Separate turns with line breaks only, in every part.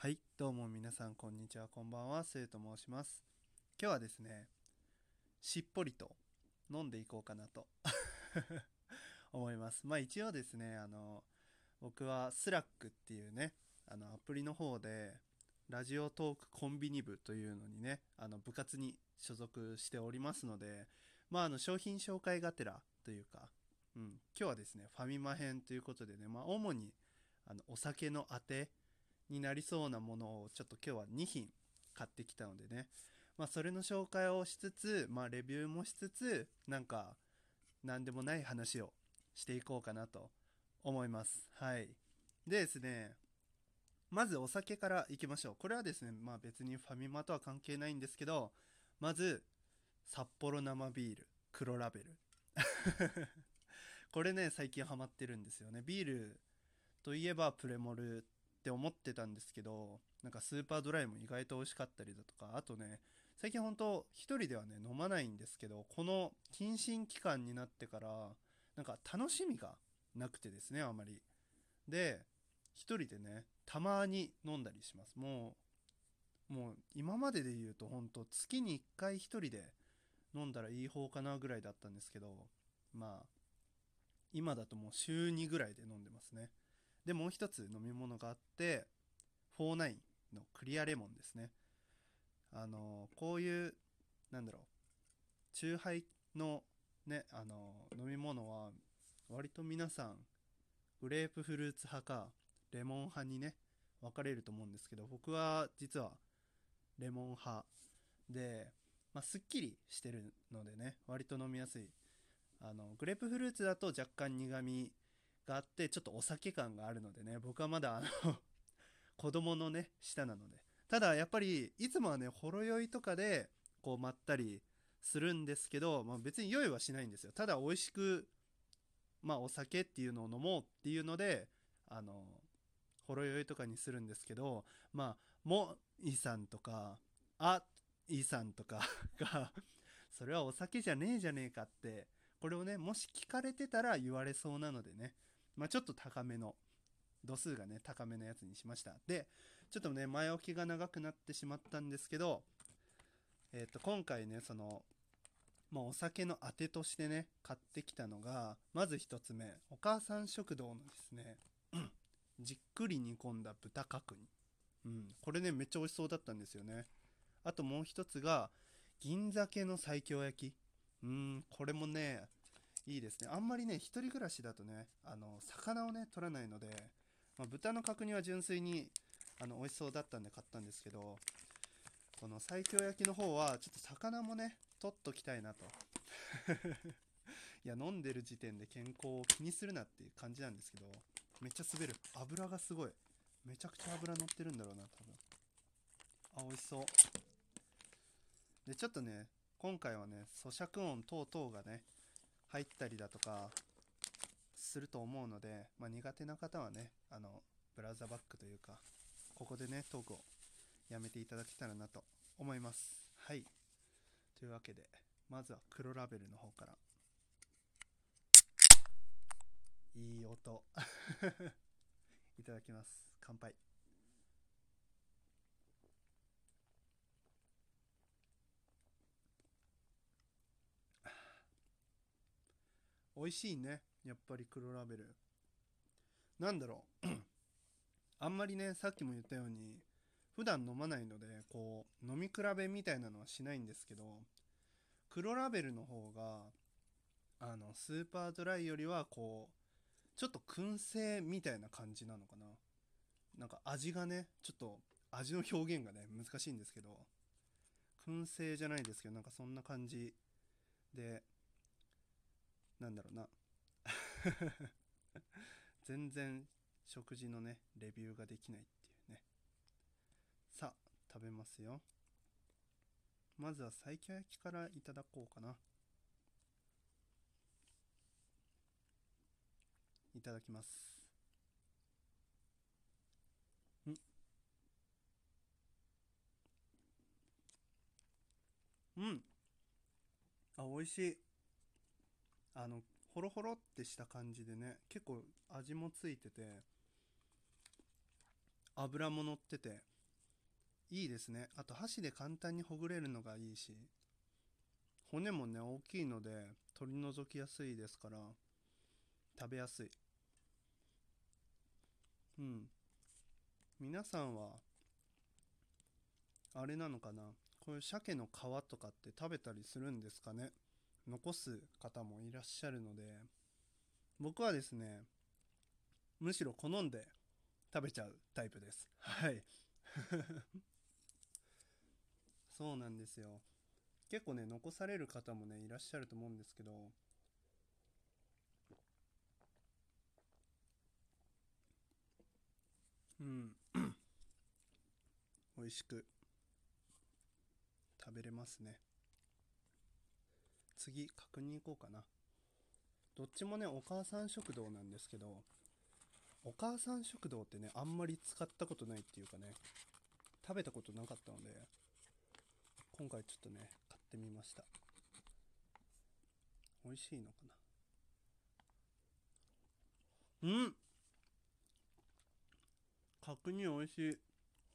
はい、どうも皆さんこんにちは、こんばんは、せいと申します。今日はですね、しっぽりと飲んでいこうかなと思います。まあ一応ですね、僕はスラックっていうね、アプリの方で、ラジオトークコンビニ部というのにね、部活に所属しておりますので、まあ商品紹介がてらというか、今日はですね、ファミマ編ということでね、まあ主に、お酒のあて、になりそうなものをちょっと今日は2品買ってきたのでね、まあそれの紹介をしつつ、まあレビューもしつつ、なんか何でもない話をしていこうかなと思います。はい。でですね、まずお酒からいきましょう。これはですね、まあ別にファミマとは関係ないんですけど、まず札幌生ビール黒ラベルこれね最近ハマってるんですよね。ビールといえばプレモルって思ってたんですけど、なんかスーパードライも意外と美味しかったりだとか、あとね、最近ほんと一人ではね飲まないんですけど、この謹慎期間になってからなんか楽しみがなくてですね、あまり。で、一人でねたまに飲んだりします。もう今までで言うとほんと月に1回一人で飲んだらいい方かなぐらいだったんですけど、まあ今だともう週2ぐらいで飲んでますね。でもう一つ飲み物があって、49のクリアレモンですね。こういうなんだろう、チューハイのね、飲み物は割と皆さんグレープフルーツ派かレモン派にね分かれると思うんですけど、僕は実はレモン派で、まあ、すっきりしてるのでね割と飲みやすい。グレープフルーツだと若干苦味があってちょっとお酒感があるのでね、僕はまだ子供のね舌なので。ただやっぱりいつもはねほろ酔いとかでこうまったりするんですけど、まあ、別に酔いはしないんですよ。ただ美味しく、まあ、お酒っていうのを飲もうっていうのであのほろ酔いとかにするんですけど、まあもいさんとかあいさんとかがそれはお酒じゃねえじゃねえかって、これをねもし聞かれてたら言われそうなのでね、まあちょっと高めの度数がね高めのやつにしました。で、ちょっとね前置きが長くなってしまったんですけど、今回ねまあ、お酒のあてとしてね買ってきたのが、まず一つ目、お母さん食堂のですねじっくり煮込んだ豚角煮。これねめっちゃ美味しそうだったんですよね。あともう一つが銀鮭の西京焼き。これもねいいですね。あんまりね一人暮らしだとね魚をね取らないので、まあ、豚の角煮は純粋に美味しそうだったんで買ったんですけど、この西京焼きの方はちょっと魚もね取っときたいなと。いや飲んでる時点で健康を気にするなっていう感じなんですけど、めっちゃ滑る。油がすごい、めちゃくちゃ油乗ってるんだろうな多分。あ、美味しそう。でちょっとね今回はね咀嚼音等々がね入ったりだとかすると思うので、まあ、苦手な方はねブラウザバックというかここでねトークをやめていただけたらなと思います。はい、というわけでまずは黒ラベルの方から。いい音いただきます。乾杯。美味しいねやっぱり黒ラベル。なんだろう、あんまりねさっきも言ったように普段飲まないのでこう飲み比べみたいなのはしないんですけど、黒ラベルの方がスーパードライよりはこうちょっと燻製みたいな感じなのかな。なんか味がねちょっと味の表現がね難しいんですけど、燻製じゃないですけどなんかそんな感じで、なんだろうな全然食事のねレビューができないっていうね。さあ食べますよ。まずは西京焼きからいただこうかな。いただきます。うんあ、美味しい。ホロホロってした感じでね結構味もついてて油も乗ってていいですね。あと箸で簡単にほぐれるのがいいし、骨もね大きいので取り除きやすいですから食べやすい。うん。皆さんはあれなのかな、こういう鮭の皮とかって食べたりするんですかね。残す方もいらっしゃるので、僕はですね、むしろ好んで食べちゃうタイプです。はい。そうなんですよ。結構ね残される方もねいらっしゃると思うんですけど、うん、美味しく食べれますね。次確認行こうかな。どっちもねお母さん食堂なんですけど、お母さん食堂ってねあんまり使ったことないっていうかね、食べたことなかったので今回ちょっとね買ってみました。美味しいのかな。うん、角煮美味しい。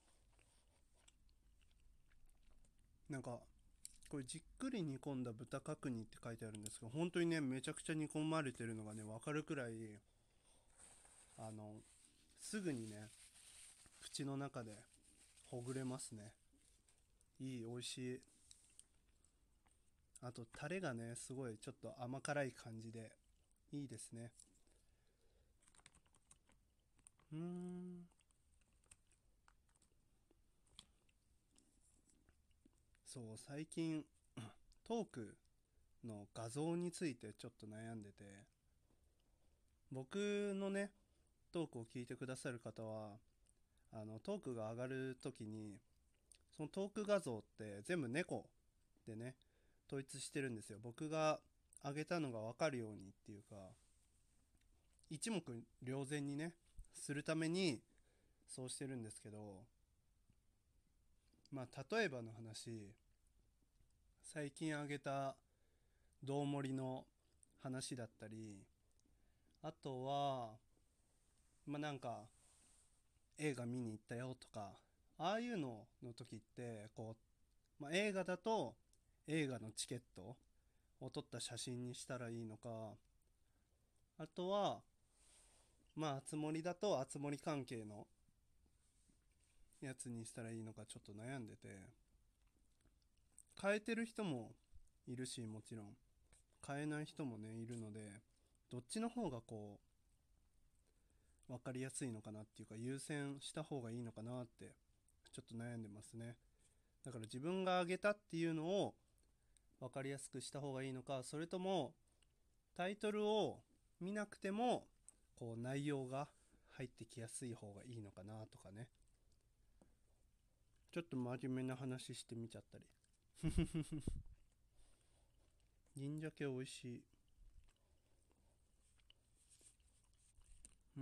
なんかこれじっくり煮込んだ豚角煮って書いてあるんですけど、本当にねめちゃくちゃ煮込まれてるのがね分かるくらい、あのすぐにね口の中でほぐれますね。いい、美味しい。あとタレがねすごいちょっと甘辛い感じでいいですね。うーん。そう、最近トークの画像についてちょっと悩んでて、僕のねトークを聞いてくださる方はトークが上がる時にそのトーク画像って全部猫でね統一してるんですよ。僕が上げたのが分かるようにっていうか、一目瞭然にねするためにそうしてるんですけど、まあ例えばの話、最近上げたどうもりの話だったり、あとはまあなんか映画見に行ったよとか、ああいうのの時ってこう、まあ、映画だと映画のチケットを撮った写真にしたらいいのか、あとはまああつ森だとあつ森関係のやつにしたらいいのかちょっと悩んでて、変えてる人もいるし、もちろん変えない人もねいるので、どっちの方がこう分かりやすいのかなっていうか優先した方がいいのかなってちょっと悩んでますね。だから自分が挙げたっていうのを分かりやすくした方がいいのか、それともタイトルを見なくてもこう内容が入ってきやすい方がいいのかなとかね、ちょっと真面目な話してみちゃったり。銀鮭美味しい。うん。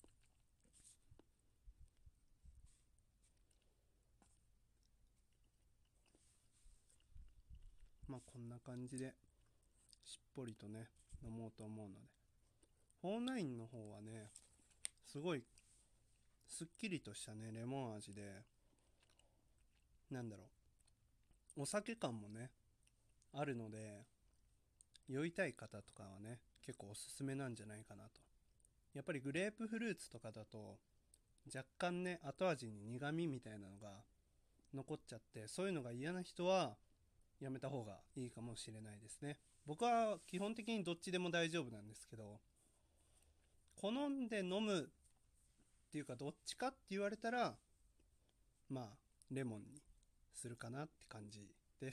まあこんな感じでしっぽりとね飲もうと思うので、49の方はねすごいすっきりとしたねレモン味で、なんだろう、お酒感もねあるので酔いたい方とかはね結構おすすめなんじゃないかなと。やっぱりグレープフルーツとかだと若干ね後味に苦味みたいなのが残っちゃって、そういうのが嫌な人はやめた方がいいかもしれないですね。僕は基本的にどっちでも大丈夫なんですけど、好んで飲むっていうかどっちかって言われたらまあレモンにするかなって感じです。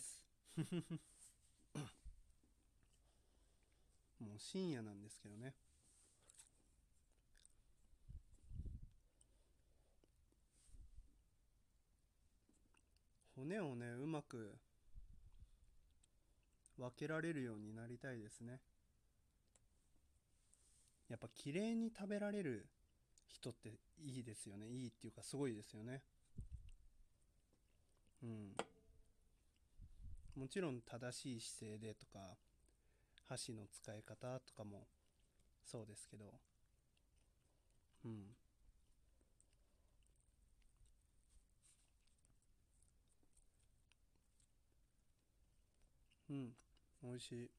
もう深夜なんですけどね。骨をねうまく分けられるようになりたいですね。やっぱ綺麗に食べられる人っていいですよね。いいっていうかすごいですよね。うん。もちろん正しい姿勢でとか箸の使い方とかもそうですけど、うん。 うん、美味しい。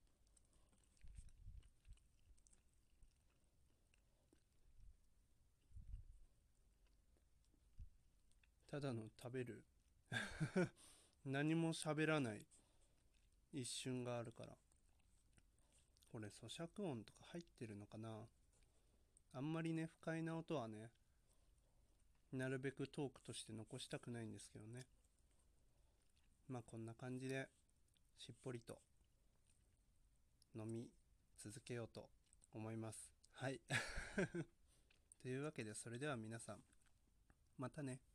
ただの食べる何も喋らない一瞬があるから。これ咀嚼音とか入ってるのかな。あんまりね、不快な音はね、なるべくトークとして残したくないんですけどね。まあこんな感じでしっぽりと飲み続けようと思います。はいというわけで、それでは皆さん、またね。